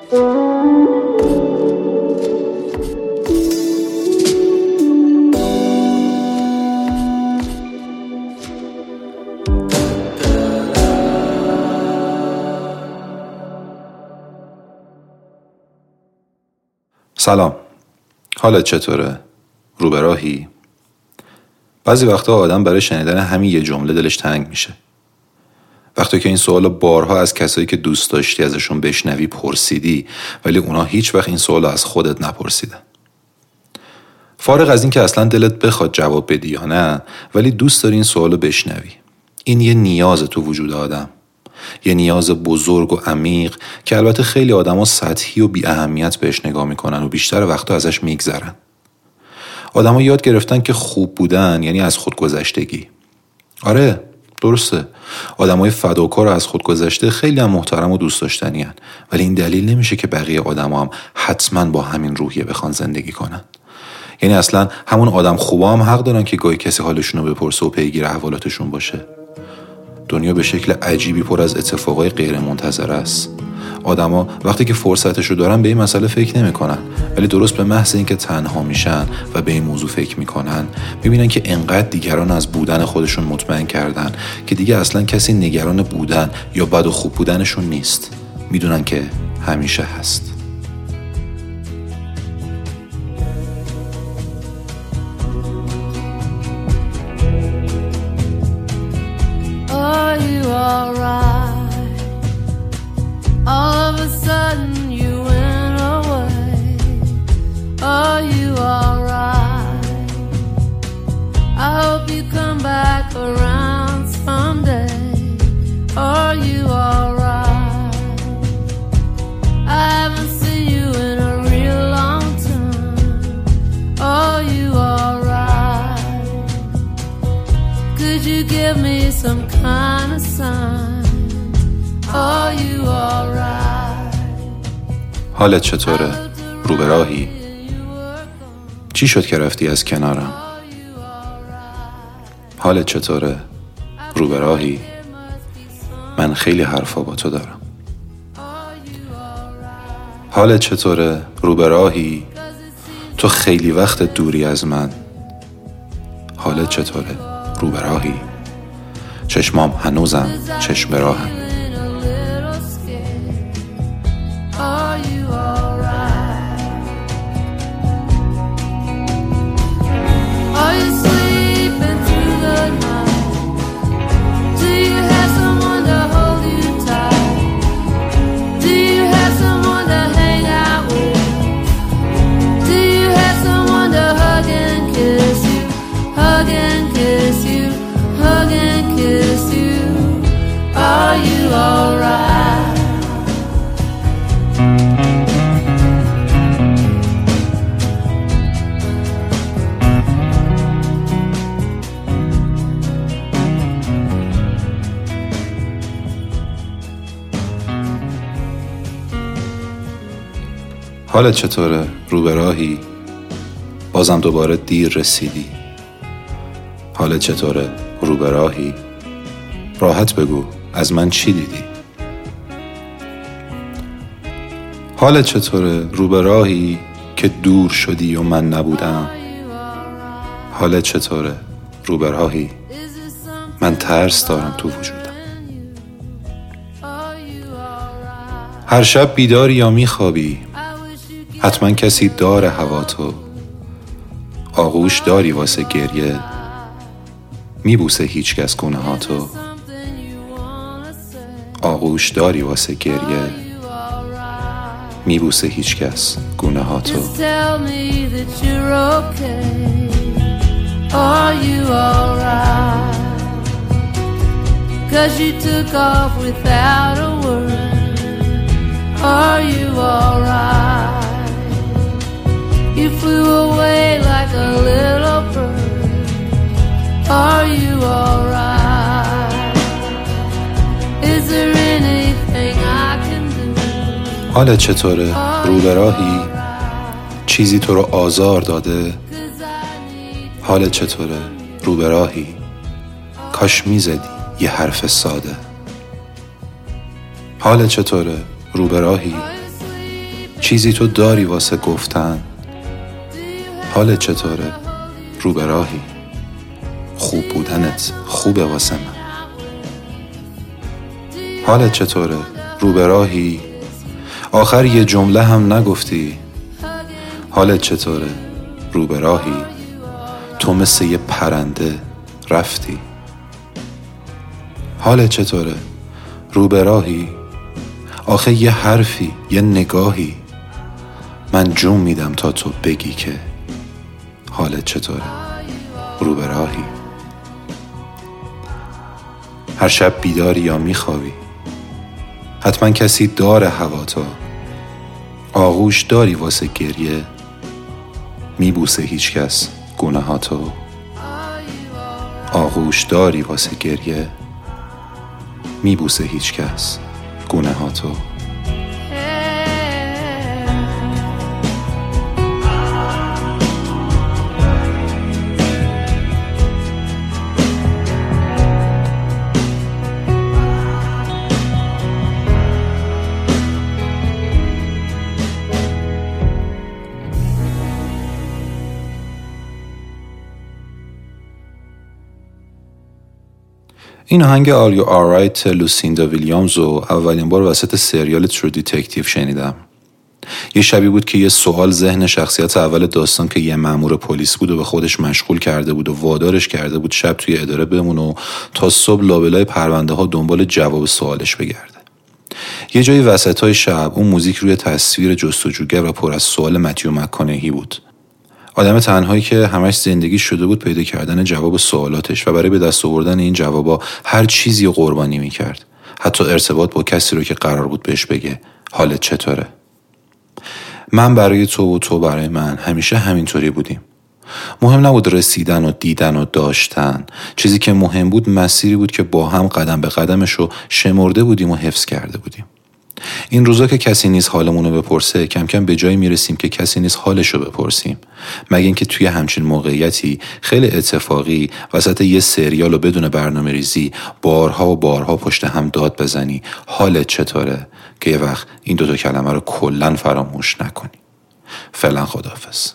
سلام، حالت چطوره؟ رو به راهی؟ بعضی وقتا آدم برای شنیدن همین یه جمله دلش تنگ میشه. وقتی که این سوال بارها از کسایی که دوست داشتی ازشون بشنوی پرسیدی، ولی اونا هیچ وقت این سوال از خودت نپرسیدن. فارغ از این که اصلا دلت بخواد جواب بدی یا نه، ولی دوست داری این سوالو بشنوی. این یه نیاز تو وجود آدم، یه نیاز بزرگ و عمیق که البته خیلی آدما سطحی و بی اهمیت بهش نگاه میکنن و بیشتر وقتا ازش میگذرن. آدما یاد گرفتن که خوب بودن یعنی از خودگذشتگی. آره، درسته. آدمای فداکار از خودگذشته خیلی هم محترم و دوست داشتنی هن. ولی این دلیل نمیشه که بقیه آدما هم حتما با همین روحیه بخوان زندگی کنن. یعنی اصلا همون آدم خوبا هم حق دارن که گاهی کسی حالشون رو بپرسه و پیگیر احوالاتشون باشه. دنیا به شکل عجیبی پر از اتفاقای غیر منتظره است. آدما وقتی که فرصتشو دارن به این مسئله فکر نمی‌کنن، ولی درست به محض اینکه تنها میشن و به این موضوع فکر میکنن، میبینن که انقدر دیگران از بودن خودشون مطمئن کردن که دیگه اصلا کسی نگران بودن یا بد و خوب بودنشون نیست. میدونن که همیشه هست. Alright. All of a sudden you went away. Are you alright? I hope you come back around someday. Are you alright? I haven't seen you in a real long time. Are you alright? Could you give me some kind of sign? Are you alright? حالت چطوره؟ رو به راهی؟ چی شد که رفتی از کنارم؟ حالت چطوره؟ رو به راهی؟ من خیلی حرفا با تو دارم. حالت چطوره؟ رو به راهی؟ تو خیلی وقت دوری از من. حالت چطوره؟ رو به راهی؟ چشمام هنوزم چشم راهم. حالت چطوره؟ رو به راهی؟ بازم دوباره دیر رسیدی. حالت چطوره؟ رو به راهی؟ راحت بگو از من چی دیدی؟ حالت چطوره؟ رو به راهی که دور شدی و من نبودم. حالت چطوره؟ رو به راهی؟ من ترس دارم تو وجودم. هر شب بیداری یا میخوابی؟ حتما کسی داره هوا تو. آغوش داری واسه گریه؟ میبوسه هیچ کس گونه ها تو. آغوش داری واسه گریه؟ میبوسه هیچ کس گونه ها تو. You flew away like a little bird. Are you alright? Is there anything I can do? حالت چطوره؟ رو به راهی؟ چیزی تو رو آزار داده؟ حالت چطوره؟ رو به راهی؟ کاش میزدی یه حرف ساده. حالت چطوره؟ رو به راهی؟ چیزی تو داری واسه گفتن؟ حالت چطوره؟ رو به راهی؟ خوب بودنت خوبه واسه من. حالت چطوره؟ رو به راهی؟ آخر یه جمله هم نگفتی. حالت چطوره؟ رو به راهی؟ تو مثل یه پرنده رفتی. حالت چطوره؟ رو به راهی؟ آخه یه حرفی، یه نگاهی، من جون میدم تا تو بگی که حالت چطوره؟ رو به راهی؟ هر شب بیداری یا میخوابی؟ حتما کسی داره هواتا. آغوش داری واسه گریه؟ میبوسه هیچ کس گناهاتو؟ آغوش داری واسه گریه؟ میبوسه هیچ کس گناهاتو؟ این آهنگ Are You Alright لوسیندا ویلیامز رو اولین بار وسط سریال ترو دیتکتیو شنیدم. یه شبی بود که یه سوال ذهن شخصیت اول داستان که یه مأمور پلیس بود و به خودش مشغول کرده بود و وادارش کرده بود شب توی اداره بمونه و تا صبح لابلای پرونده ها دنبال جواب سوالش بگرده. یه جایی وسطای شب اون موزیک روی تصویر جستجوگر و پر از سوال متیو مک‌کانهی بود. آدم تنهایی که همش زندگی شده بود پیدا کردن جواب سوالاتش و برای به دست آوردن این جوابا هر چیزی رو قربانی میکرد. حتی ارتباط با کسی رو که قرار بود بهش بگه حالت چطوره؟ من برای تو و تو برای من همیشه همینطوری بودیم. مهم نبود رسیدن و دیدن و داشتن. چیزی که مهم بود مسیری بود که با هم قدم به قدمش رو شمرده بودیم و حفظ کرده بودیم. این روزا که کسی نیست حالمونو بپرسه کم کم به جایی میرسیم که کسی نیست حالشو بپرسیم، مگه اینکه توی همچین موقعیتی خیلی اتفاقی وسط یه سریال و بدون برنامه ریزی بارها و بارها پشت هم داد بزنی حالت چطوره که یه وقت این دوتا کلمه رو کلن فراموش نکنی. فعلا خداحافظ.